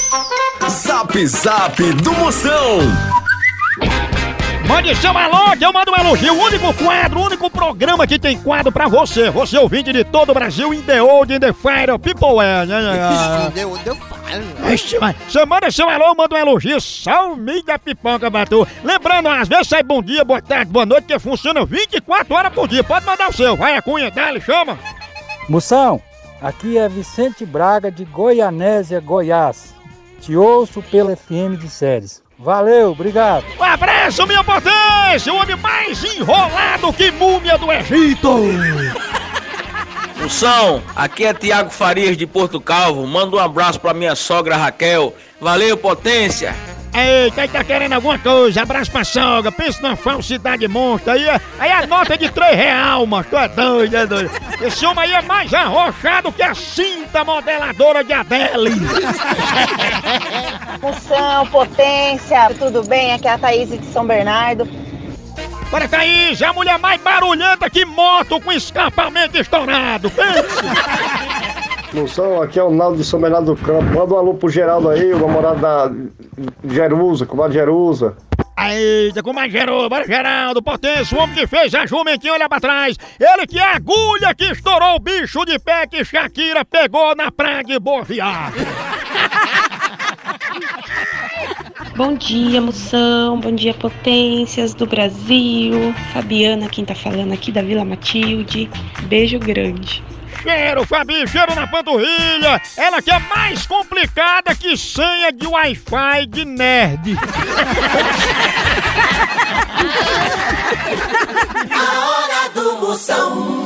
Zap Zap do Moção. Mande seu alô, que eu mando um elogio. O único quadro, o único programa que tem quadro pra você. Você ouvinte de todo o Brasil, in the old, in the fire, people é. Você manda seu alô, manda um elogio. Salve da pipoca, Batu. Lembrando, às vezes sai bom dia, boa tarde, boa noite, que funciona 24 horas por dia. Pode mandar o seu. Vai a cunha, dá-lhe, chama. Moção, aqui é Vicente Braga de Goianésia, Goiás. Te ouço pela FM de Séries. Valeu, obrigado. Um abraço, minha potência! O homem mais enrolado que múmia do Egito! Moção, aqui é Tiago Farias de Porto Calvo. Manda um abraço pra minha sogra Raquel. Valeu, potência! Eita, aí tá querendo alguma coisa? Abraço pra sogra, pensa numa falsidade monstra. Aí a nota é de R$3, mano. Tu é doido, é doido. Esse homem aí é mais arrochado que a cinta modeladora de Adele. Moção, potência, tudo bem? Aqui é a Thaís de São Bernardo. Bora, Thaís, é a mulher mais barulhenta que moto com escapamento estourado. Pense. Moção, aqui é o Naldo de São Bernardo do Campo. Manda um alô pro Geraldo aí, o namorado da Jerusa, comadre Jerusa. Eita, comadre Jerusa, bora Geraldo, potência, o homem que fez a jumentinha, olha pra trás. Ele que é a agulha que estourou o bicho de pé que Shakira pegou na praia de Boa Viagem. Bom dia, Moção, bom dia, potências do Brasil. Fabiana, quem tá falando aqui da Vila Matilde. Beijo grande. Cheiro, Fabi, cheiro na panturrilha. Ela que é mais complicada que senha de Wi-Fi de nerd. A hora do Moção.